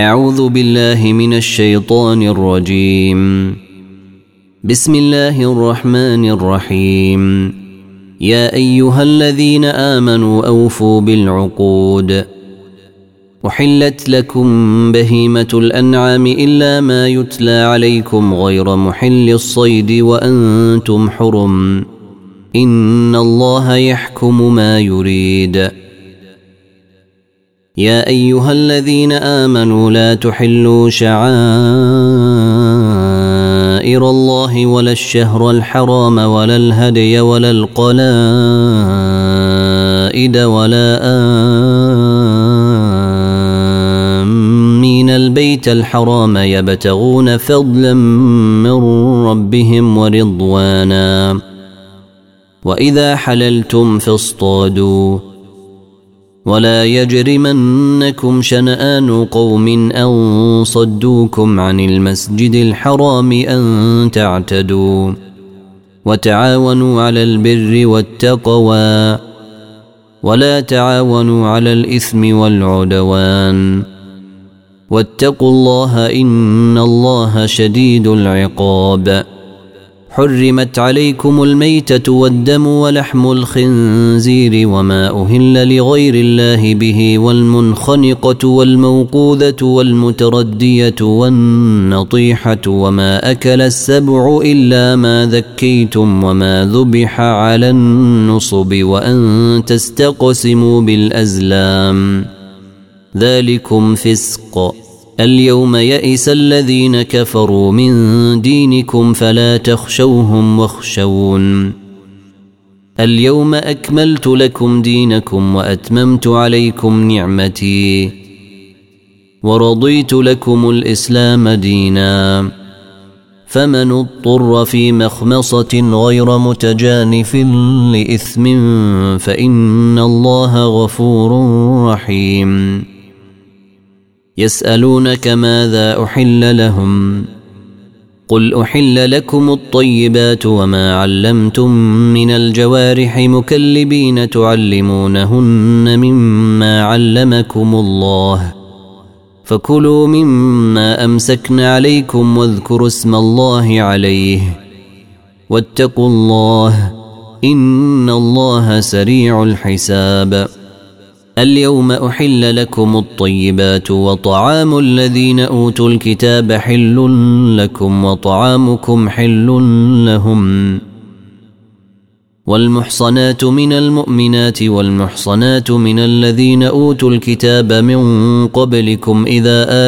أعوذ بالله من الشيطان الرجيم. بسم الله الرحمن الرحيم. يا أيها الذين آمنوا أوفوا بالعقود. أحلت لكم بهيمة الأنعام إلا ما يتلى عليكم غير محل الصيد وأنتم حرم. إن الله يحكم ما يريد. يا أيها الذين آمنوا لا تحلوا شعائر الله ولا الشهر الحرام ولا الهدي ولا القلائد ولا آمين البيت الحرام يبتغون فضلا من ربهم ورضوانا. وإذا حللتم فاصطادوا ولا يجرمنكم شنآن قوم أن صدوكم عن المسجد الحرام أن تعتدوا. وتعاونوا على البر والتقوى ولا تعاونوا على الإثم والعدوان. واتقوا الله إن الله شديد العقاب. حرمت عليكم الميتة والدم ولحم الخنزير وما أهل لغير الله به والمنخنقة والموقوذة والمتردية والنطيحة وما أكل السبع إلا ما ذكيتم وما ذبح على النصب وأن تستقسموا بالأزلام ذلكم فسق. اليوم يئس الذين كفروا من دينكم فلا تخشوهم واخشون. اليوم أكملت لكم دينكم وأتممت عليكم نعمتي ورضيت لكم الإسلام دينا. فمن اضطر في مخمصة غير متجانف لإثم فإن الله غفور رحيم. يسألونك ماذا أحل لهم قل أحل لكم الطيبات وما علمتم من الجوارح مكلبين تعلمونهن مما علمكم الله فكلوا مما أمسكن عليكم واذكروا اسم الله عليه واتقوا الله إن الله سريع الحساب. اليوم أحل لكم الطيبات وطعام الذين أوتوا الكتاب حل لكم وطعامكم حل لهم. والمحصنات من المؤمنات والمحصنات من الذين أوتوا الكتاب من قبلكم إذا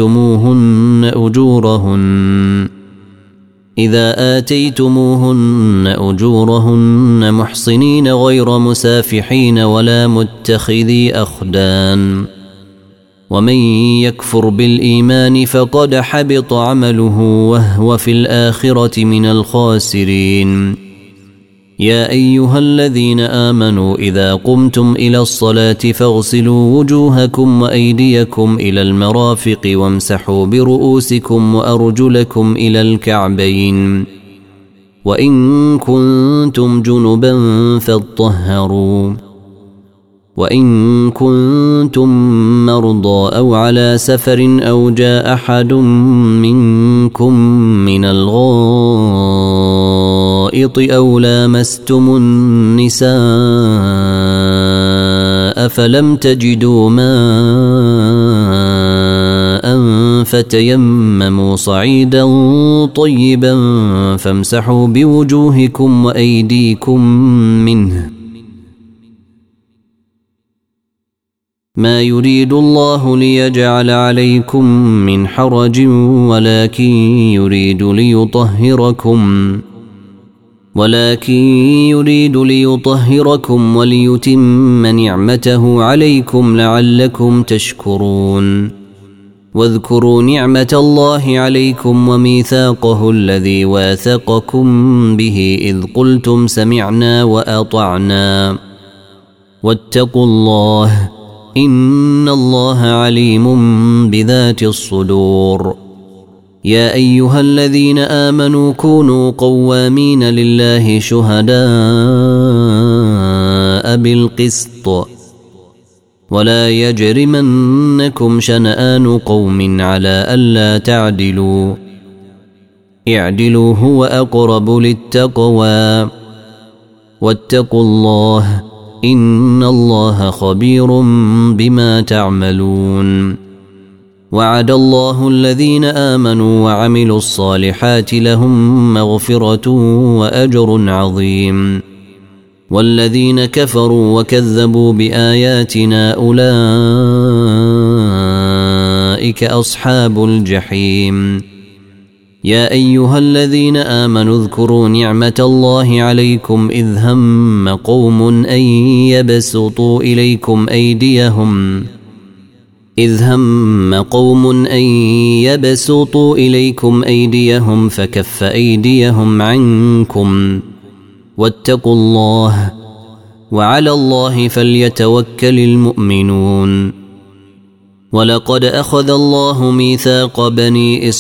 آتيتموهن أجورهن محصنين غير مسافحين ولا متخذي أخدان. ومن يكفر بالإيمان فقد حبط عمله وهو في الآخرة من الخاسرين. يا أيها الذين آمنوا إذا قمتم إلى الصلاة فاغسلوا وجوهكم وأيديكم إلى المرافق وامسحوا برؤوسكم وأرجلكم إلى الكعبين وإن كنتم جنبا فاطهروا وإن كنتم مرضى أو على سفر أو جاء أحد منكم من الغائط أو لامستم النساء فلم تجدوا ماء فتيمموا صعيدا طيبا فامسحوا بوجوهكم وأيديكم منه. ما يريد الله ليجعل عليكم من حرج ولكن يريد ليطهركم وليتم نعمته عليكم لعلكم تشكرون. واذكروا نعمة الله عليكم وميثاقه الذي واثقكم به إذ قلتم سمعنا وأطعنا واتقوا الله إن الله عليم بذات الصدور. يا أيها الذين آمنوا كونوا قوامين لله شهداء بالقسط ولا يجرمنكم شنآن قوم على ألا تعدلوا اعدلوا هو أقرب للتقوى واتقوا الله إن الله خبير بما تعملون وعد الله الذين آمنوا وعملوا الصالحات لهم مغفرة وأجر عظيم والذين كفروا وكذبوا بآياتنا أولئك أصحاب الجحيم يا أيها الذين آمنوا اذكروا نعمة الله عليكم إذ هم قوم أن يبسطوا إليكم أيديهم فكف أيديهم عنكم واتقوا الله وعلى الله فليتوكل المؤمنون ولقد أخذ الله ميثاق بني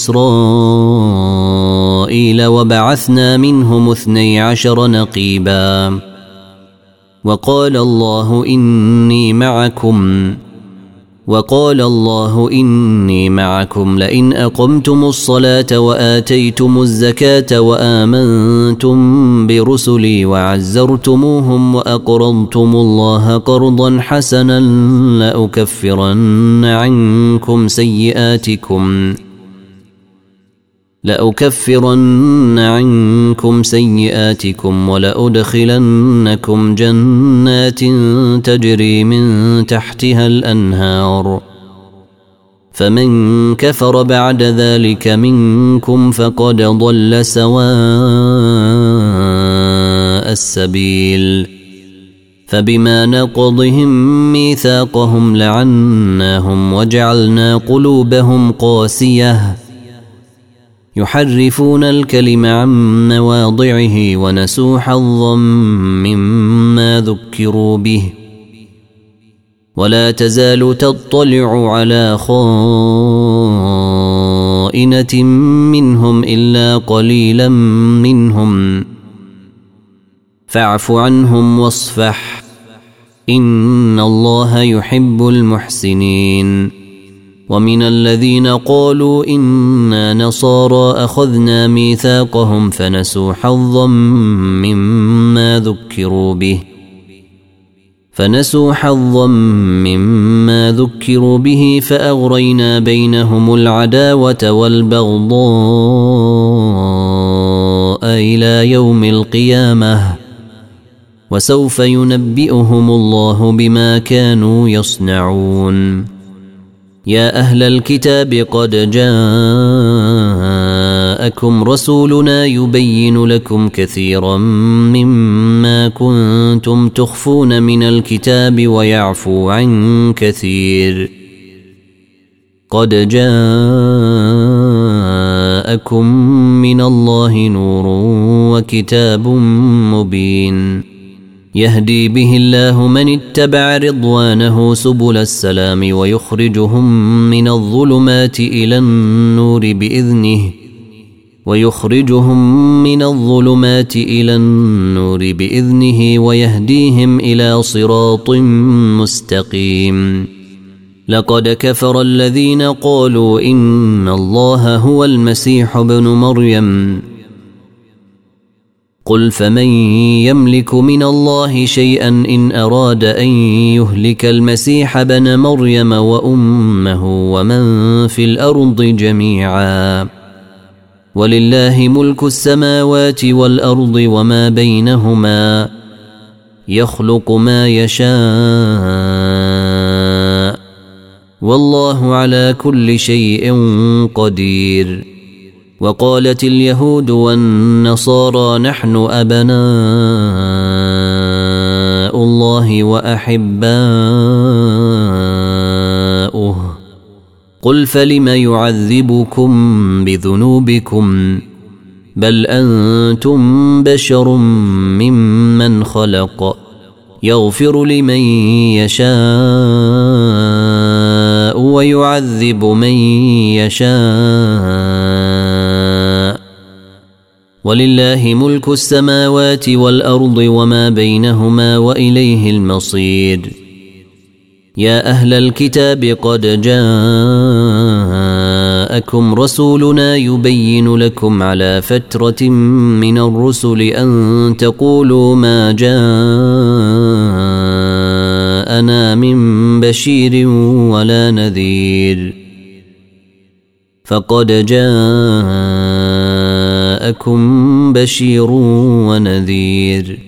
إسرائيل وبعثنا منهم 12 نقيبا وقال الله إني معكم لئن أقمتم الصلاة وآتيتم الزكاة وآمنتم برسلي وعزرتموهم وأقرضتم الله قرضا حسنا لأكفرن عنكم سيئاتكم ولأدخلنكم جنات تجري من تحتها الأنهار فمن كفر بعد ذلك منكم فقد ضل سواء السبيل فبما نقضهم ميثاقهم لعناهم وجعلنا قلوبهم قاسية يحرفون الكلم عن مواضعه ونسوا حظا مما ذكروا به ولا تزال تطلع على خائنة منهم إلا قليلا منهم فاعف عنهم واصفح إن الله يحب المحسنين ومن الذين قالوا إنا نصارى أخذنا ميثاقهم فنسوا حظا مما ذكروا به فأغرينا بينهم العداوة والبغضاء إلى يوم القيامة وسوف ينبئهم الله بما كانوا يصنعون يا أهل الكتاب قد جاءكم رسولنا يبين لكم كثيرا مما كنتم تخفون من الكتاب ويعفو عن كثير قد جاءكم من الله نور وكتاب مبين يهدي به الله من اتبع رضوانه سبل السلام ويخرجهم من الظلمات إلى النور بإذنه ويهديهم إلى صراط مستقيم لقد كفر الذين قالوا إن الله هو المسيح ابن مريم قل فمن يملك من الله شيئا إن أراد أن يهلك المسيح ابن مريم وأمه ومن في الأرض جميعا ولله ملك السماوات والأرض وما بينهما يخلق ما يشاء والله على كل شيء قدير وقالت اليهود والنصارى نحن أبناء الله وأحباؤه قل فلم يعذبكم بذنوبكم بل أنتم بشر ممن خلق يغفر لمن يشاء ويعذب من يشاء ولله ملك السماوات والأرض وما بينهما وإليه المصير يا أهل الكتاب قد جاءكم رسولنا يبين لكم على فترة من الرسل أن تقولوا ما جاءنا من بشير ولا نذير فقد جاءكم بشير ونذير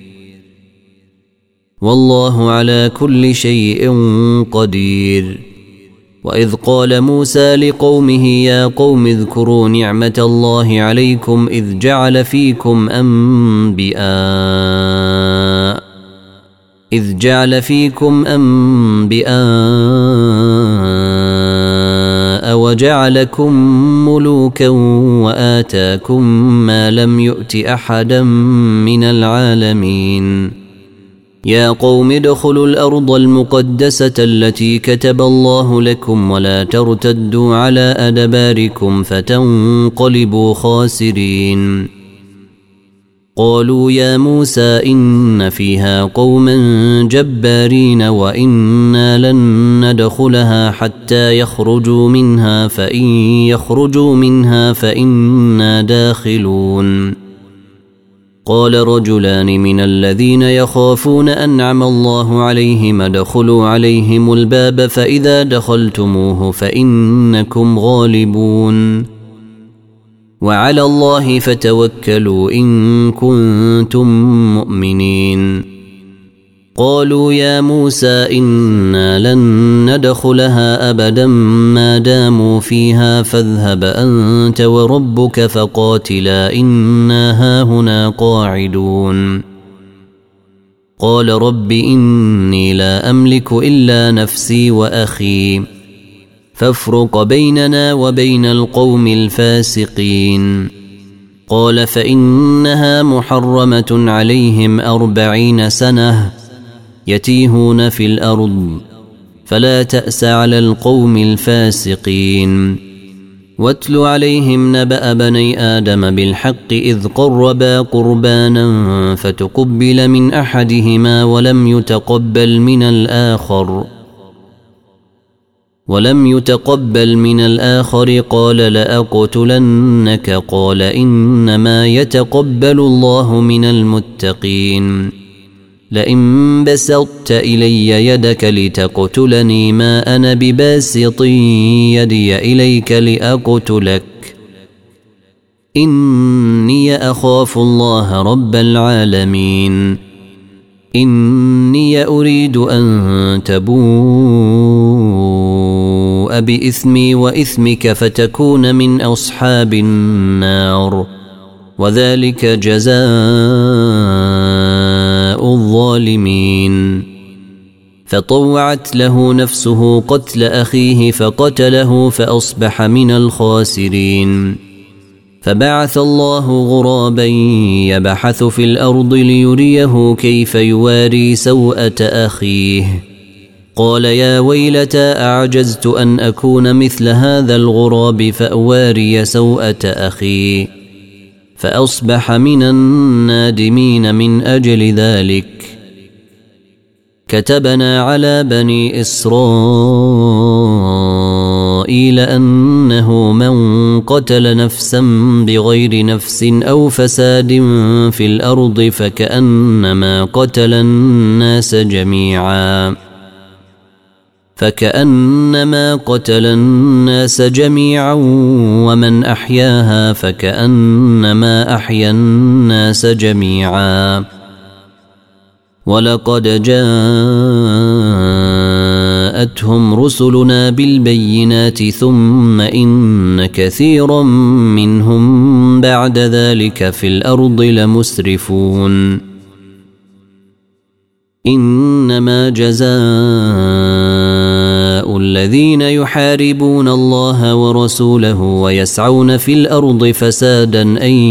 والله على كل شيء قدير. وإذ قال موسى لقومه يا قوم اذكروا نعمة الله عليكم إذ جعل فيكم أنبياء وجعلكم ملوكا وآتاكم ما لم يؤت أحدا من العالمين. يا قوم ادخلوا الأرض المقدسة التي كتب الله لكم ولا ترتدوا على أدباركم فتنقلبوا خاسرين. قالوا يا موسى إن فيها قوما جبارين وإنا لن ندخلها حتى يخرجوا منها فإن يخرجوا منها فإنا داخلون. قال رجلان من الذين يخافون أنعم الله عليهم ادخلوا عليهم الباب فإذا دخلتموه فإنكم غالبون وعلى الله فتوكلوا إن كنتم مؤمنين. قالوا يا موسى إنا لن ندخلها أبدا ما داموا فيها فاذهب أنت وربك فقاتلا إنا هاهنا قاعدون. قال رب إني لا أملك إلا نفسي وأخي فافرق بيننا وبين القوم الفاسقين. قال فإنها محرمة عليهم 40 سنة يتيهون في الأرض فلا تأس على القوم الفاسقين. واتل عليهم نبأ بني آدم بالحق إذ قربا قربانا فتقبل من أحدهما ولم يتقبل من الآخر قال لأقتلنك قال إنما يتقبل الله من المتقين. لئن بسطت إلي يدك لتقتلني ما أنا بباسط يدي إليك لأقتلك إني أخاف الله رب العالمين. إني أريد أن تبوء بإثمي وإثمك فتكون من أصحاب النار وذلك جزاء الظالمين. فطوعت له نفسه قتل أخيه فقتله فأصبح من الخاسرين. فبعث الله غرابا يبحث في الأرض ليريه كيف يواري سوءة أخيه قال يا ويلتى أعجزت أن أكون مثل هذا الغراب فأواري سوءة أخي فأصبح من النادمين. من أجل ذلك كتبنا على بني إسرائيل أنه من قتل نفسا بغير نفس أو فساد في الأرض فكأنما قتل الناس جميعا ومن أحياها فكأنما أحيا الناس جميعا. ولقد جاءتهم رسلنا بالبينات ثم إن كثيرا منهم بعد ذلك في الأرض لمسرفون. إنما جزاء الذين يحاربون الله ورسوله ويسعون في الأرض فسادا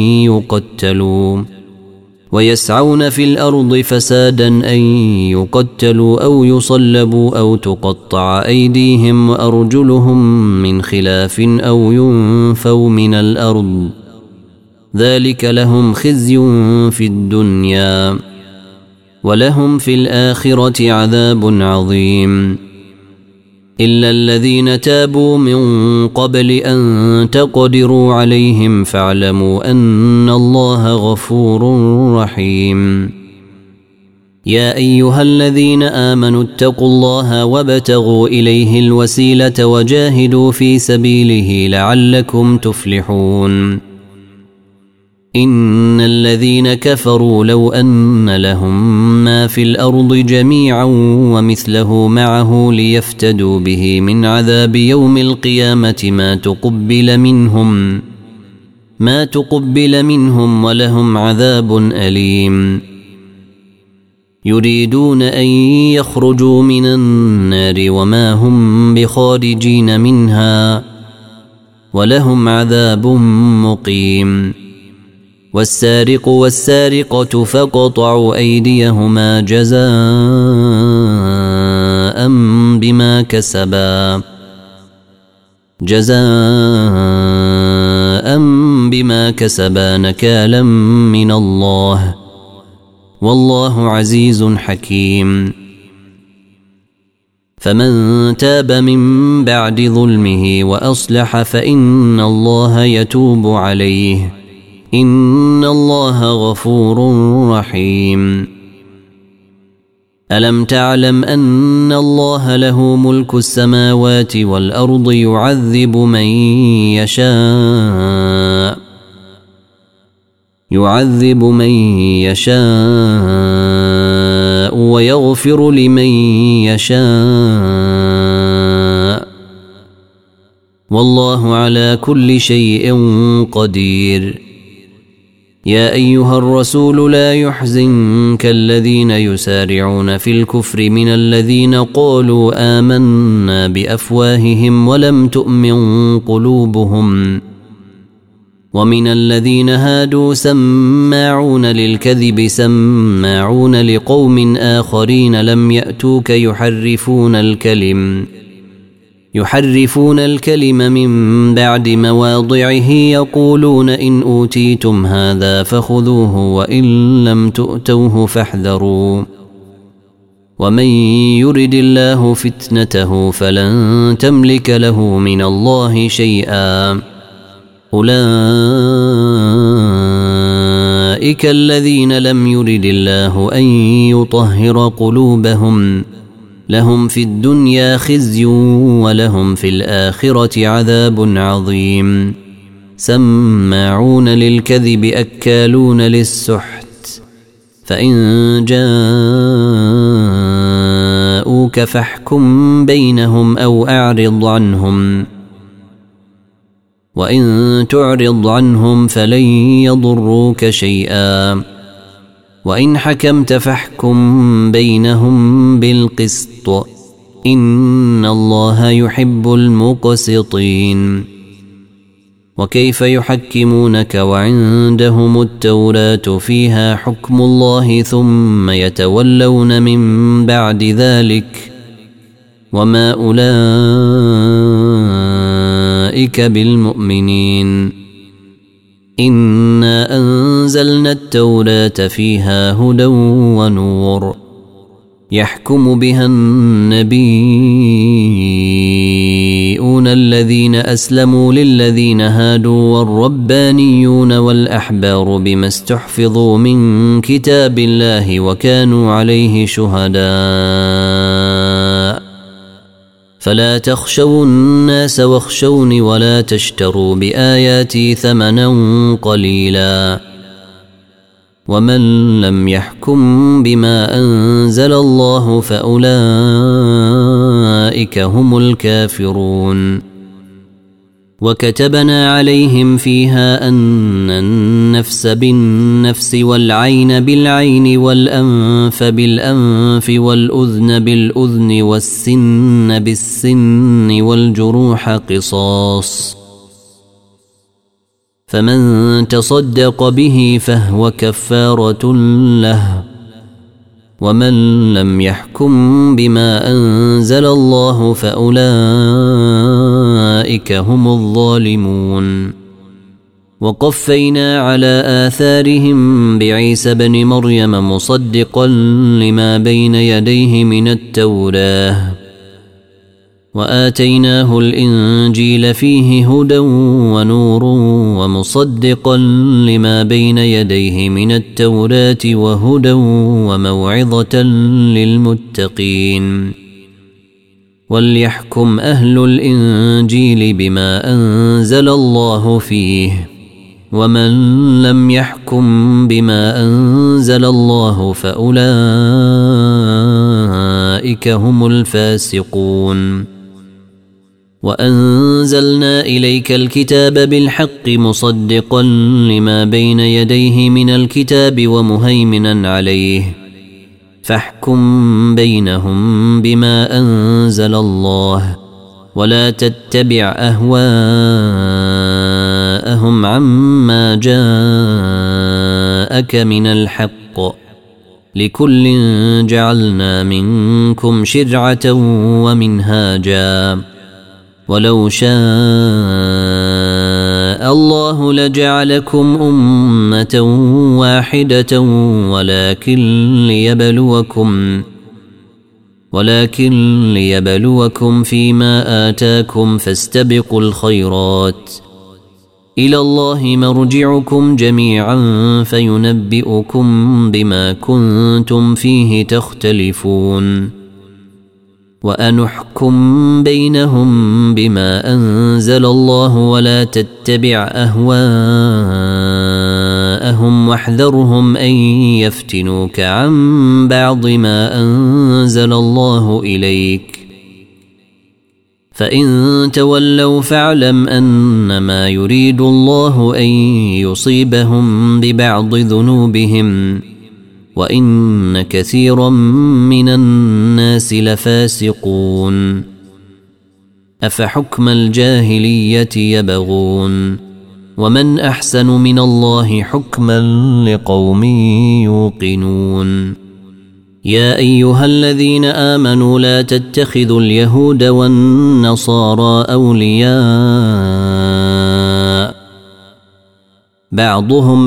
أن يقتلوا أو يصلبوا أو تقطع أيديهم وأرجلهم من خلاف أو ينفوا من الأرض ذلك لهم خزي في الدنيا ولهم في الآخرة عذاب عظيم. إلا الذين تابوا من قبل أن تقدروا عليهم فاعلموا أن الله غفور رحيم. يا أيها الذين آمنوا اتقوا الله وابتغوا إليه الوسيلة وجاهدوا في سبيله لعلكم تفلحون. إن الذين كفروا لو أن لهم ما في الأرض جميعا ومثله معه ليفتدوا به من عذاب يوم القيامة ما تقبل منهم ولهم عذاب أليم. يريدون أن يخرجوا من النار وما هم بخارجين منها ولهم عذاب مقيم. والسارق والسارقة فاقطعوا أيديهما جزاء بما كسبا نكالا من الله والله عزيز حكيم. فمن تاب من بعد ظلمه وأصلح فإن الله يتوب عليه إن الله غفور رحيم. ألم تعلم أن الله له ملك السماوات والأرض يعذب من يشاء ويغفر لمن يشاء والله على كل شيء قدير. يا أيها الرسول لا يحزنك الذين يسارعون في الكفر من الذين قالوا آمنا بأفواههم ولم تؤمن قلوبهم ومن الذين هادوا سماعون للكذب سماعون لقوم آخرين لم يأتوك يحرفون الكلم من بعد مواضعه يقولون إن أوتيتم هذا فخذوه وإن لم تؤتوه فاحذروا ومن يرد الله فتنته فلن تملك له من الله شيئا. أولئك الذين لم يرد الله أن يطهر قلوبهم لهم في الدنيا خزي ولهم في الآخرة عذاب عظيم. سماعون للكذب أكالون للسحت فإن جاءوك فاحكم بينهم أو أعرض عنهم وإن تعرض عنهم فلن يضروك شيئا وإن حكمت فاحكم بينهم بالقسط إن الله يحب المقسطين. وكيف يحكمونك وعندهم التوراة فيها حكم الله ثم يتولون من بعد ذلك وما أولئك بالمؤمنين. إنا أنزلنا التوراة فيها هدى ونور يحكم بها النبيون الذين أسلموا للذين هادوا والربانيون والأحبار بما استحفظوا من كتاب الله وكانوا عليه شهداء فلا تخشوا الناس واخشوني ولا تشتروا بآياتي ثمنا قليلا ومن لم يحكم بما أنزل الله فأولئك هم الكافرون. وكتبنا عليهم فيها أن النفس بالنفس والعين بالعين والأنف بالأنف والأذن بالأذن والسن بالسن والجروح قصاص فمن تصدق به فهو كفارة له ومن لم يحكم بما أنزل الله فأولئك هم الظالمون. وقفينا على آثارهم بعيسى بن مريم مصدقا لما بين يديه من التوراة وآتيناه الإنجيل فيه هدى ونور ومصدقا لما بين يديه من التوراة وهدى وموعظة للمتقين وليحكم أهل الإنجيل بما أنزل الله فيه ومن لم يحكم بما أنزل الله فأولئك هم الفاسقون وأنزلنا إليك الكتاب بالحق مصدقا لما بين يديه من الكتاب ومهيمنا عليه فاحكم بينهم بما أنزل الله ولا تتبع أهواءهم عما جاءك من الحق لكل جعلنا منكم شرعة ومنهاجا ولو شاء الله لجعلكم أمة واحدة ولكن ليبلوكم فيما آتاكم فاستبقوا الخيرات إلى الله مرجعكم جميعا فينبئكم بما كنتم فيه تختلفون وأنحكم بينهم بما أنزل الله ولا تتبع أهواءهم واحذرهم أن يفتنوك عن بعض ما أنزل الله إليك فإن تولوا فاعلم أنما يريد الله أن يصيبهم ببعض ذنوبهم وإن كثيرا من الناس لفاسقون أفحكم الجاهلية يبغون ومن أحسن من الله حكما لقوم يوقنون يا أيها الذين آمنوا لا تتخذوا اليهود والنصارى أولياء بعضهم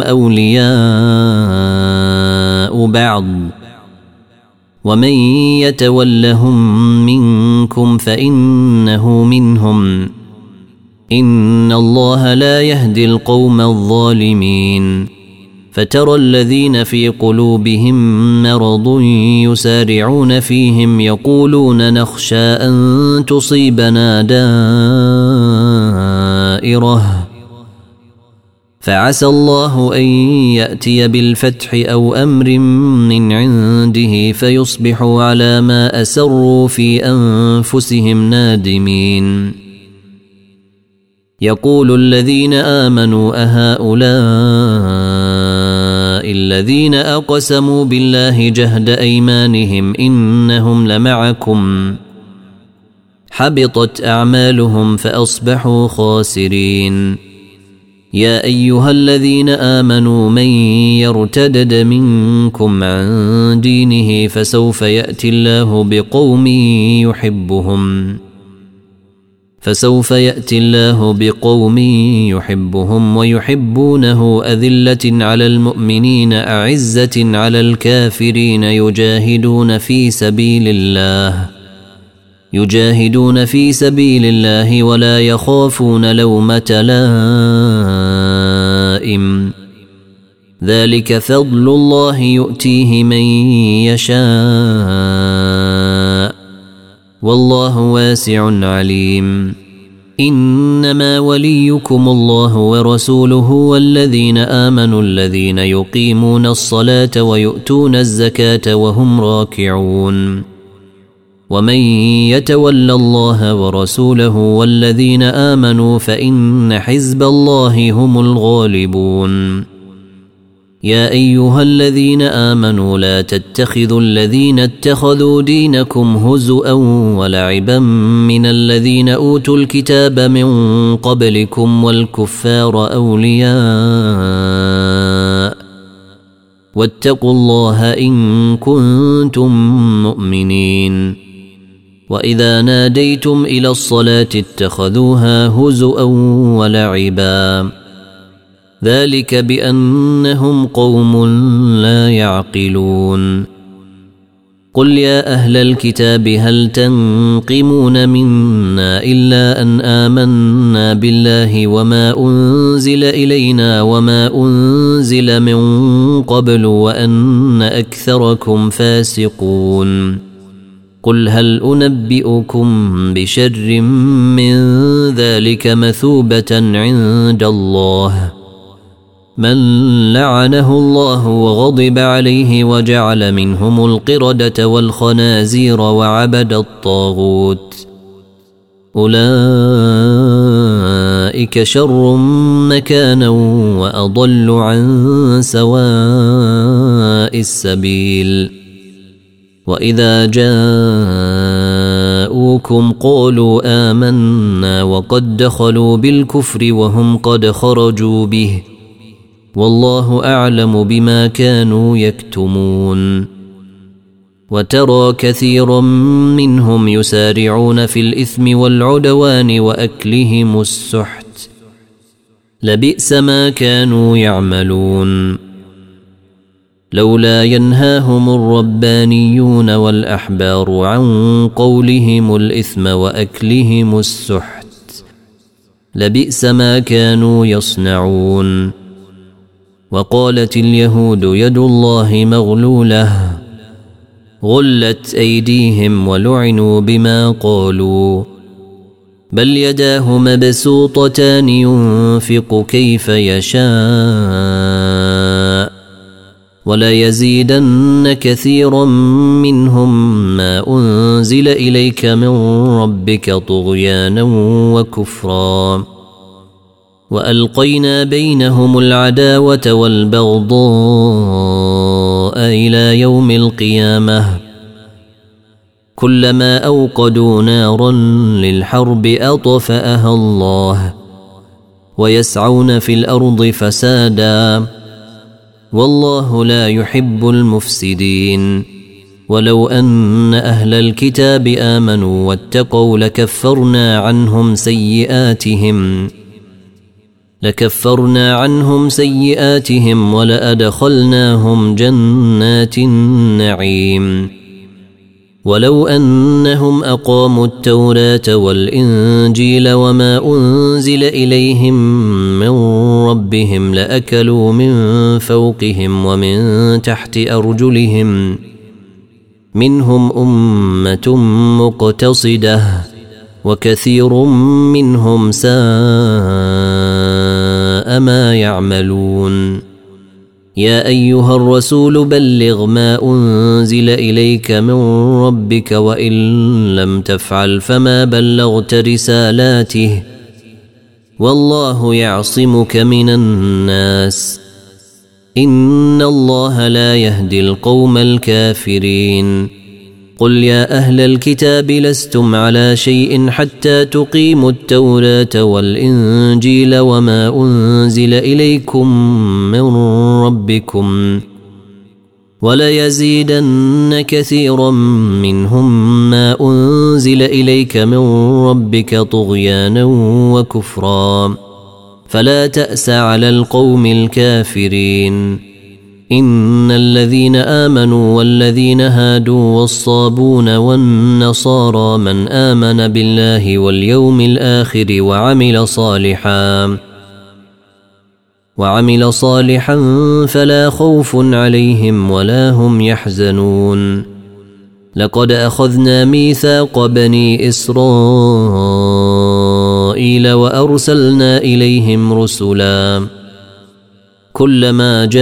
أولياء بعض ومن يتولهم منكم فإنه منهم إن الله لا يهدي القوم الظالمين فترى الذين في قلوبهم مرض يسارعون فيهم يقولون نخشى أن تصيبنا دائرة فعسى الله أن يأتي بالفتح أو أمر من عنده فيصبحوا على ما أسروا في أنفسهم نادمين يقول الذين آمنوا أهؤلاء الذين أقسموا بالله جهد أيمانهم إنهم لمعكم حبطت أعمالهم فأصبحوا خاسرين يا أيها الذين آمنوا من يرتدد منكم عن دينه فسوف يأتي الله بقوم يحبهم ويحبونه أذلة على المؤمنين أعزة على الكافرين يجاهدون في سبيل الله ولا يخافون لومة لائم ذلك فضل الله يؤتيه من يشاء والله واسع عليم إنما وليكم الله ورسوله والذين آمنوا الذين يقيمون الصلاة ويؤتون الزكاة وهم راكعون ومن يتول الله ورسوله والذين آمنوا فإن حزب الله هم الغالبون يا أيها الذين آمنوا لا تتخذوا الذين اتخذوا دينكم هزؤا ولعبا من الذين أوتوا الكتاب من قبلكم والكفار أولياء واتقوا الله إن كنتم مؤمنين وإذا ناديتم إلى الصلاة اتخذوها هزؤا ولعبا ذلك بأنهم قوم لا يعقلون قل يا أهل الكتاب هل تنقمون منا إلا أن آمنا بالله وما أنزل إلينا وما أنزل من قبل وأن أكثركم فاسقون قل هل أنبئكم بشر من ذلك مثوبة عند الله من لعنه الله وغضب عليه وجعل منهم القردة والخنازير وعبد الطاغوت أولئك شر مكانا وأضل عن سواء السبيل وإذا جاءوكم قالوا آمنا وقد دخلوا بالكفر وهم قد خرجوا به والله أعلم بما كانوا يكتمون وترى كثيرا منهم يسارعون في الإثم والعدوان وأكلهم السحت لبئس ما كانوا يعملون لولا ينهاهم الربانيون والأحبار عن قولهم الإثم وأكلهم السحت لبئس ما كانوا يصنعون وقالت اليهود يد الله مغلولة غلت أيديهم ولعنوا بما قالوا بل يداه مبسوطتان ينفق كيف يشاء وليزيدن كثيرا منهم ما أنزل إليك من ربك طغيانا وكفرا وألقينا بينهم العداوة والبغضاء إلى يوم القيامة كلما أوقدوا نارا للحرب أطفأها الله ويسعون في الأرض فسادا والله لا يحب المفسدين ولو أن أهل الكتاب آمنوا واتقوا لكفرنا عنهم سيئاتهم ولأدخلناهم جنات النعيم ولو أنهم أقاموا التوراة والإنجيل وما أنزل إليهم من ربهم لأكلوا من فوقهم ومن تحت أرجلهم منهم أمة مقتصدة وكثير منهم ساء ما يعملون يا أيها الرسول بلغ ما أنزل إليك من ربك وإن لم تفعل فما بلغت رسالاته والله يعصمك من الناس إن الله لا يهدي القوم الكافرين قل يا أهل الكتاب لستم على شيء حتى تقيموا التوراة والإنجيل وما أنزل إليكم من ربكم وليزيدن كثيرا منهم ما أنزل إليك من ربك طغيانا وكفرا فلا تأس على القوم الكافرين إن الذين آمنوا والذين هادوا والصابون والنصارى من آمن بالله واليوم الآخر وعمل صالحا فلا خوف عليهم ولا هم يحزنون لقد أخذنا ميثاق بني إسرائيل وأرسلنا إليهم رسلا كلما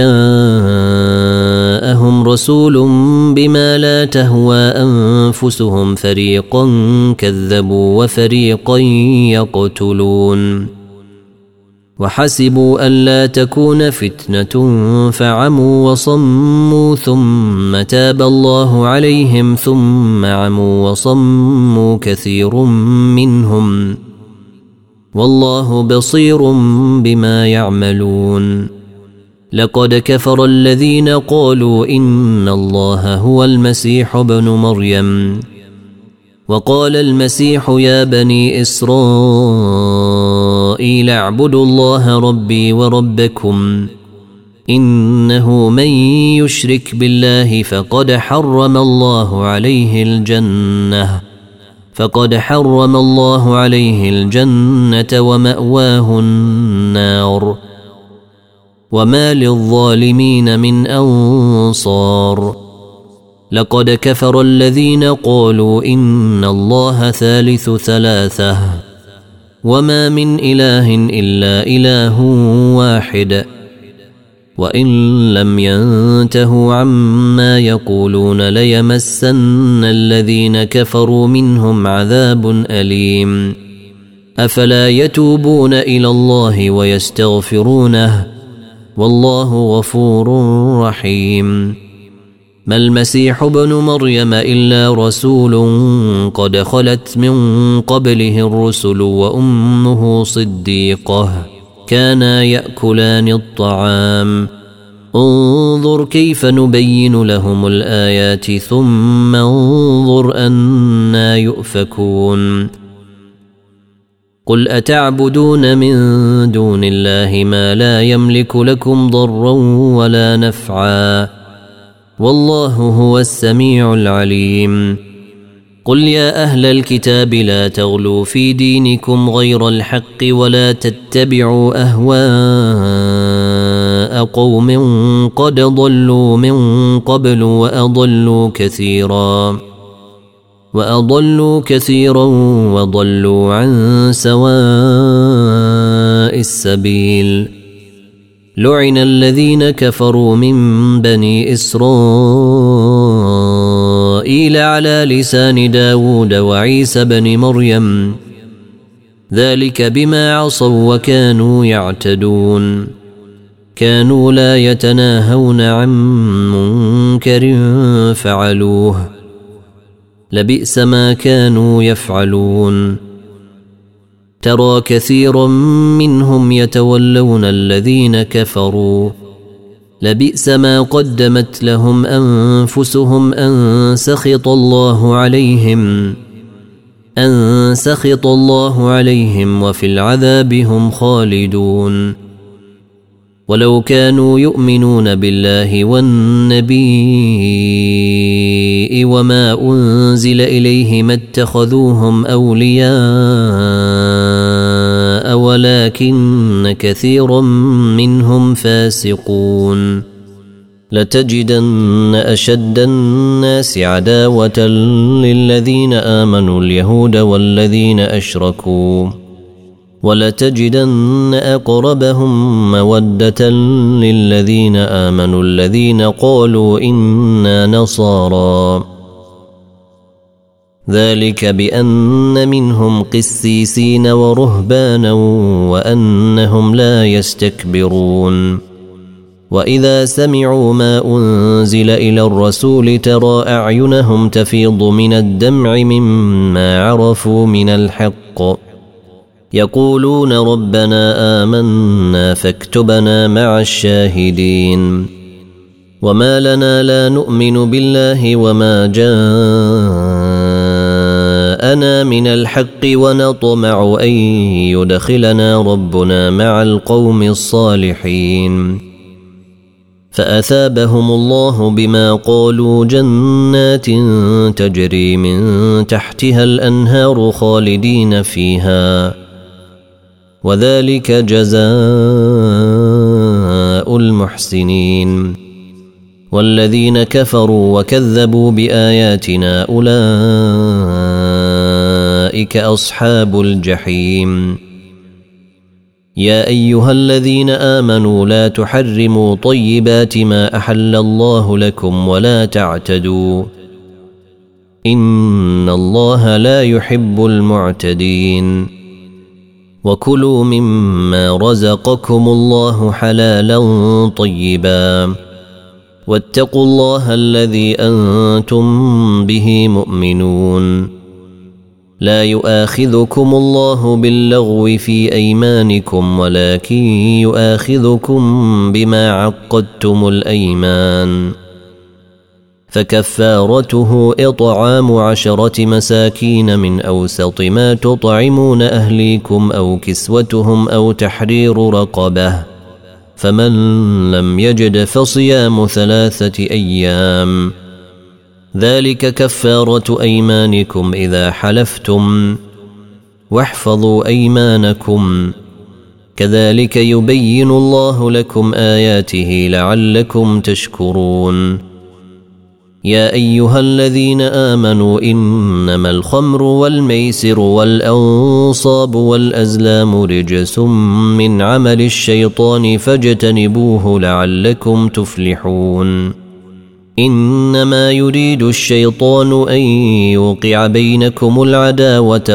جاءهم رسول بما لا تهوى أنفسهم فريقا كذبوا وفريقا يقتلون وحسبوا ألا تكون فتنة فعموا وصموا ثم تاب الله عليهم ثم عموا وصموا كثير منهم والله بصير بما يعملون لقد كفر الذين قالوا إن الله هو المسيح ابن مريم وقال المسيح يا بني إسرائيل اعبدوا الله ربي وربكم إنه من يشرك بالله فقد حرم الله عليه الجنة ومأواه النار وما للظالمين من أنصار. لقد كفر الذين قالوا إن الله ثالث ثلاثة وما من إله إلا إله واحد وإن لم ينتهوا عما يقولون ليمسن الذين كفروا منهم عذاب أليم. أفلا يتوبون إلى الله ويستغفرونه والله غفور رحيم. ما المسيح ابن مريم إلا رسول قد خلت من قبله الرسل وأمه صديقة كانا يأكلان الطعام انظر كيف نبين لهم الآيات ثم انظر أنا يؤفكون. قل أتعبدون من دون الله ما لا يملك لكم ضرا ولا نفعا والله هو السميع العليم. قل يا أهل الكتاب لا تغلوا في دينكم غير الحق ولا تتبعوا أهواء قوم قد ضلوا من قبل وأضلوا كثيرا وضلوا عن سواء السبيل. لعن الذين كفروا من بني إسرائيل على لسان داود وعيسى بن مريم ذلك بما عصوا وكانوا يعتدون. كانوا لا يتناهون عن منكر فعلوه لبئس ما كانوا يفعلون. ترى كثيرا منهم يتولون الذين كفروا لبئس ما قدمت لهم أنفسهم أن سخط الله عليهم وفي العذاب هم خالدون. ولو كانوا يؤمنون بالله والنبي وما أنزل إليه ما اتخذوهم أولياء ولكن كثيرا منهم فاسقون. لتجدن أشد الناس عداوة للذين آمنوا اليهود والذين أشركوا ولتجدن أقربهم مودة للذين آمنوا الذين قالوا إنا نصارى ذلك بأن منهم قسيسين ورهبانا وأنهم لا يستكبرون. وإذا سمعوا ما أنزل إلى الرسول ترى أعينهم تفيض من الدمع مما عرفوا من الحق يقولون ربنا آمنا فاكتبنا مع الشاهدين. وما لنا لا نؤمن بالله وما جاءنا من الحق ونطمع أن يدخلنا ربنا مع القوم الصالحين. فأثابهم الله بما قالوا جنات تجري من تحتها الأنهار خالدين فيها وذلك جزاء المحسنين. والذين كفروا وكذبوا بآياتنا أولئك أصحاب الجحيم. يا أيها الذين آمنوا لا تحرموا طيبات ما أحل الله لكم ولا تعتدوا إن الله لا يحب المعتدين. وكلوا مما رزقكم الله حلالا طيبا واتقوا الله الذي أنتم به مؤمنون. لا يؤاخذكم الله باللغو في أيمانكم ولكن يؤاخذكم بما عقدتم الأيمان فكفارته إطعام 10 مساكين من أوسط ما تطعمون أهليكم أو كسوتهم أو تحرير رقبة فمن لم يجد فصيام 3 أيام ذلك كفارة أيمانكم إذا حلفتم واحفظوا أيمانكم كذلك يبين الله لكم آياته لعلكم تشكرون يا أيها الذين آمنوا إنما الخمر والميسر والأنصاب والأزلام رجس من عمل الشيطان فاجتنبوه لعلكم تفلحون إنما يريد الشيطان أن يوقع بينكم العداوة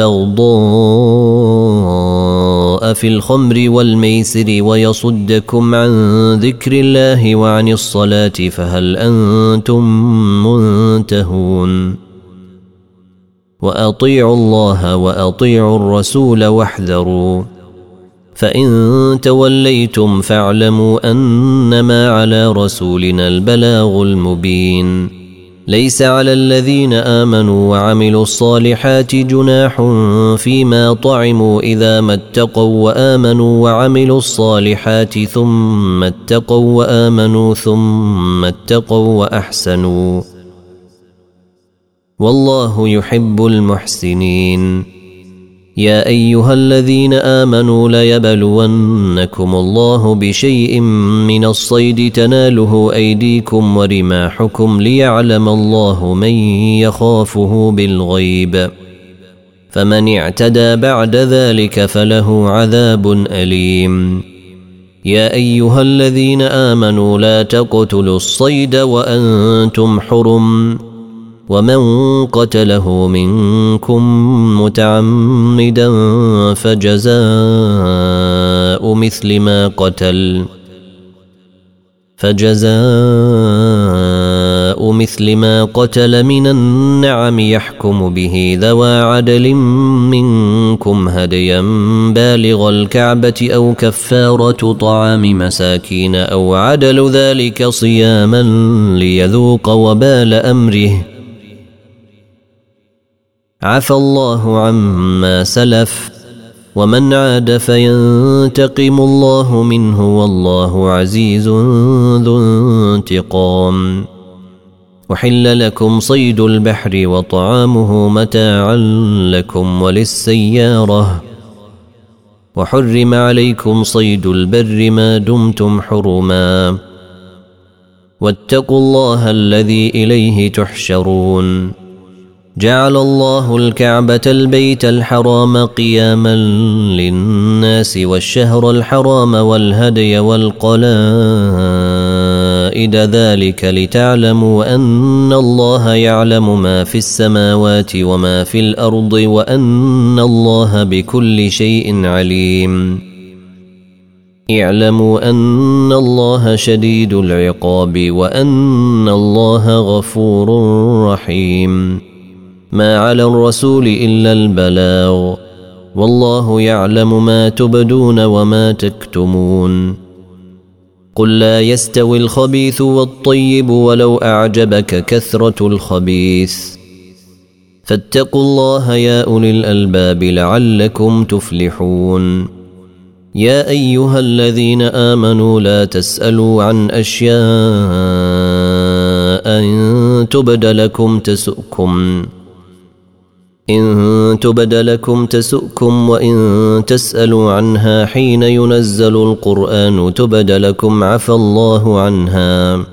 والبغضاء في الخمر والميسر ويصدكم عن ذكر الله وعن الصلاة فهل أنتم منتهون وأطيعوا الله وأطيعوا الرسول واحذروا فإن توليتم فاعلموا أنما على رسولنا البلاغ المبين ليس على الذين آمنوا وعملوا الصالحات جناح فيما طعموا إذا ما اتقوا وآمنوا وعملوا الصالحات ثم اتقوا وآمنوا ثم اتقوا وأحسنوا والله يحب المحسنين يا أيها الذين آمنوا ليبلونكم الله بشيء من الصيد تناله أيديكم ورماحكم ليعلم الله من يخافه بالغيب فمن اعتدى بعد ذلك فله عذاب أليم يا أيها الذين آمنوا لا تقتلوا الصيد وأنتم حرم ومن قتله منكم متعمدا فجزاء مثل ما قتل من النعم يحكم به ذوى عدل منكم هديا بالغ الكعبة أو كفارة طعام مساكين أو عدل ذلك صياما ليذوق وبال أمره عفى الله عما سلف ومن عاد فينتقم الله منه والله عزيز ذو انتقام أحل لكم صيد البحر وطعامه متاعا لكم وللسيارة وحرم عليكم صيد البر ما دمتم حرما واتقوا الله الذي إليه تحشرون جعل الله الكعبة البيت الحرام قياما للناس والشهر الحرام والهدي والقلائد ذلك لتعلموا أن الله يعلم ما في السماوات وما في الأرض وأن الله بكل شيء عليم اعلموا أن الله شديد العقاب وأن الله غفور رحيم ما على الرسول إلا البلاغ والله يعلم ما تبدون وما تكتمون قل لا يستوي الخبيث والطيب ولو أعجبك كثرة الخبيث فاتقوا الله يا أولي الألباب لعلكم تفلحون يا أيها الذين آمنوا لا تسألوا عن أشياء إن تبد لكم تسؤكم وإن تسألوا عنها حين ينزل القرآن تبد لكم عفى الله عنها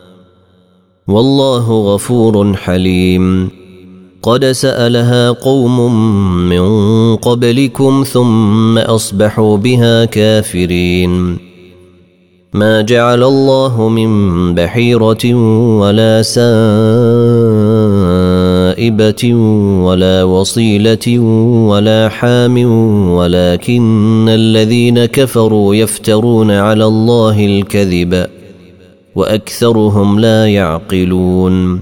والله غفور حليم قد سألها قوم من قبلكم ثم أصبحوا بها كافرين ما جعل الله من بحيرة ولا سائبة ولا وصيلة ولا حام ولكن الذين كفروا يفترون على الله الكذب وأكثرهم لا يعقلون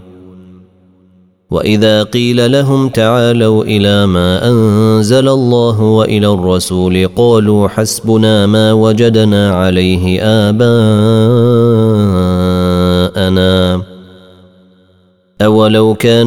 وإذا قيل لهم تعالوا إلى ما أنزل الله وإلى الرسول قالوا حسبنا ما وجدنا عليه آباءنا أولو كان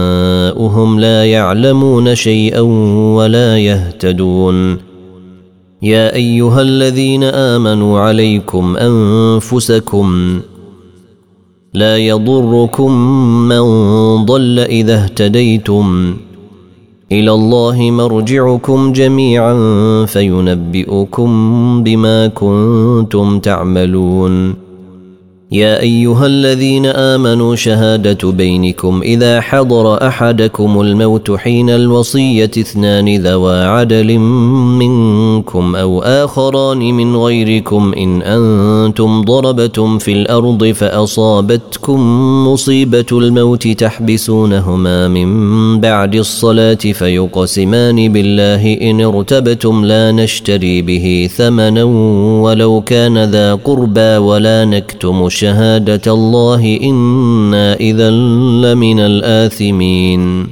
آباؤهم لا يعلمون شيئا ولا يهتدون يا أيها الذين آمنوا عليكم أنفسكم لا يضركم من ضل إذا اهتديتم إلى الله مرجعكم جميعا فينبئكم بما كنتم تعملون. يا أيها الذين آمنوا شهادة بينكم إذا حضر أحدكم الموت حين الوصية 2 ذوى عدل منكم أو آخران من غيركم إن أنتم ضربتم في الأرض فأصابتكم مصيبة الموت تحبسونهما من بعد الصلاة فيقسمان بالله إن ارتبتم لا نشتري به ثمنا ولو كان ذا قربى ولا نكتم شهادة الله إنا إذا لمن الآثمين.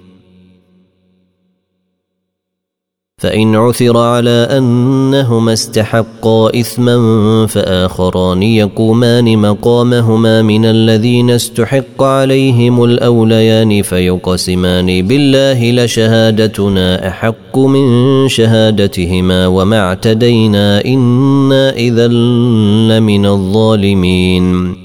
فإن عثر على أنهما استحقا إثما فآخران يقومان مقامهما من الذين استحق عليهم الأوليان فيقسمان بالله لشهادتنا أحق من شهادتهما وما اعتدينا إنا إذا لمن الظالمين.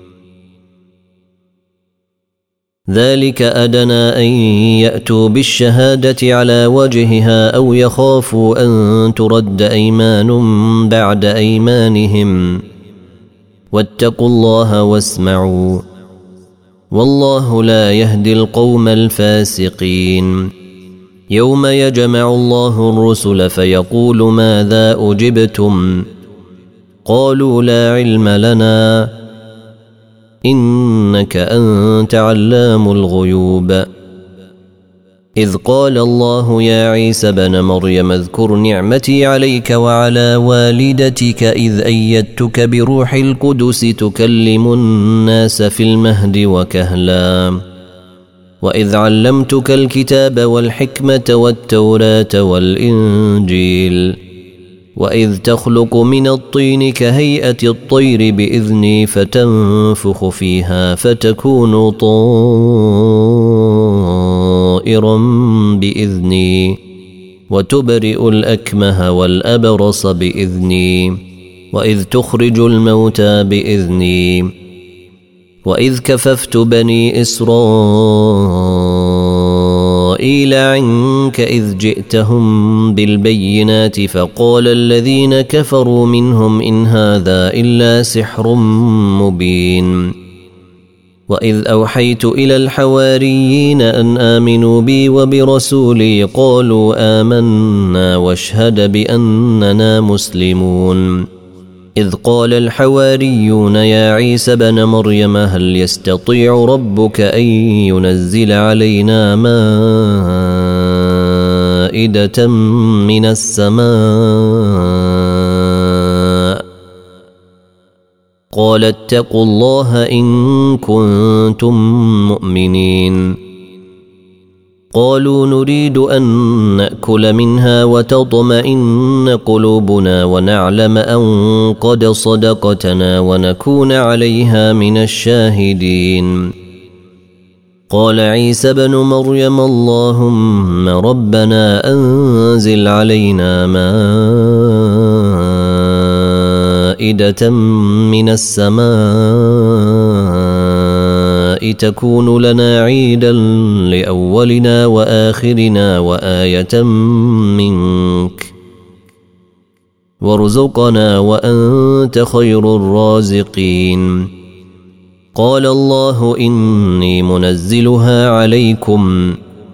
ذلك أدنى أن يأتوا بالشهادة على وجهها أو يخافوا أن ترد أيمان بعد أيمانهم واتقوا الله واسمعوا والله لا يهدي القوم الفاسقين. يوم يجمع الله الرسل فيقول ماذا أجبتم قالوا لا علم لنا إنك أنت علام الغيوب. إذ قال الله يا عيسى بن مريم اذكر نعمتي عليك وعلى والدتك إذ أيدتك بروح القدس تكلم الناس في المهد وكهلا وإذ علمتك الكتاب والحكمة والتوراة والإنجيل وإذ تخلق من الطين كهيئة الطير بإذني فتنفخ فيها فتكون طائرا بإذني وتبرئ الأكمه والأبرص بإذني وإذ تخرج الموتى بإذني وإذ كففت بني إسرائيل عنك إذ جئتهم بالبينات فقال الذين كفروا منهم إن هذا إلا سحر مبين. وإذ أوحيت إلى الحواريين أن آمنوا بي وبرسولي قالوا آمنا واشهد بأننا مسلمون. إذ قال الحواريون يا عيسى بن مريم هل يستطيع ربك أن ينزل علينا مائدة من السماء قال اتقوا الله إن كنتم مؤمنين. قالوا نريد أن نأكل منها وتطمئن قلوبنا ونعلم أن قد صدقتنا ونكون عليها من الشاهدين. قال عيسى بن مريم اللهم ربنا أنزل علينا مائدة من السماء تكون لنا عيدا لأولنا وآخرنا وآية منك وارزقنا وأنت خير الرازقين. قال الله إني منزلها عليكم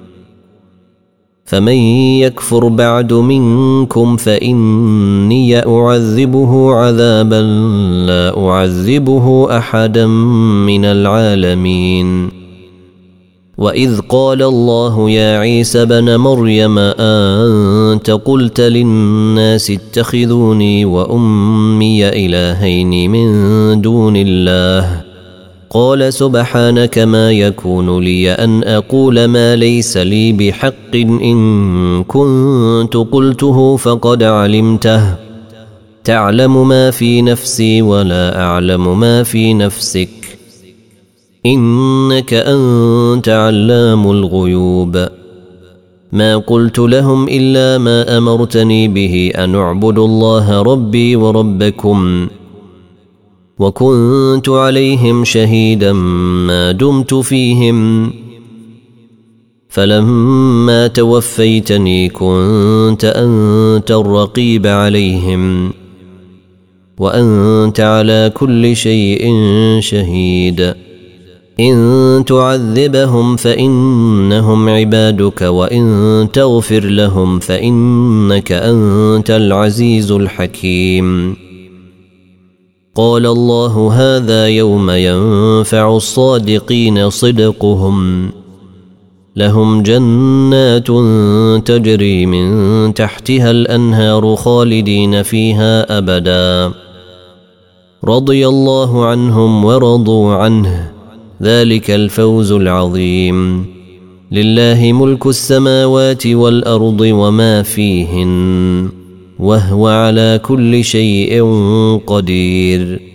فمن يكفر بعد منكم فإني أعذبه عذابا لا أعذبه أحدا من العالمين. وإذ قال الله يا عيسى بن مريم أنت قلت للناس اتخذوني وأمي إلهين من دون الله قال سبحانك ما يكون لي أن أقول ما ليس لي بحق إن كنت قلته فقد علمته تعلم ما في نفسي ولا أعلم ما في نفسك إنك أنت علام الغيوب. ما قلت لهم إلا ما أمرتني به أن اعبدوا الله ربي وربكم وكنت عليهم شهيدا ما دمت فيهم فلما توفيتني كنت أنت الرقيب عليهم وأنت على كل شيء شهيد إن تعذبهم فإنهم عبادك وإن تغفر لهم فإنك أنت العزيز الحكيم قال الله هذا يوم ينفع الصادقين صدقهم لهم جنات تجري من تحتها الأنهار خالدين فيها أبدا رضي الله عنهم ورضوا عنه ذلك الفوز العظيم لله ملك السماوات والأرض وما فيهن وهو على كل شيء قدير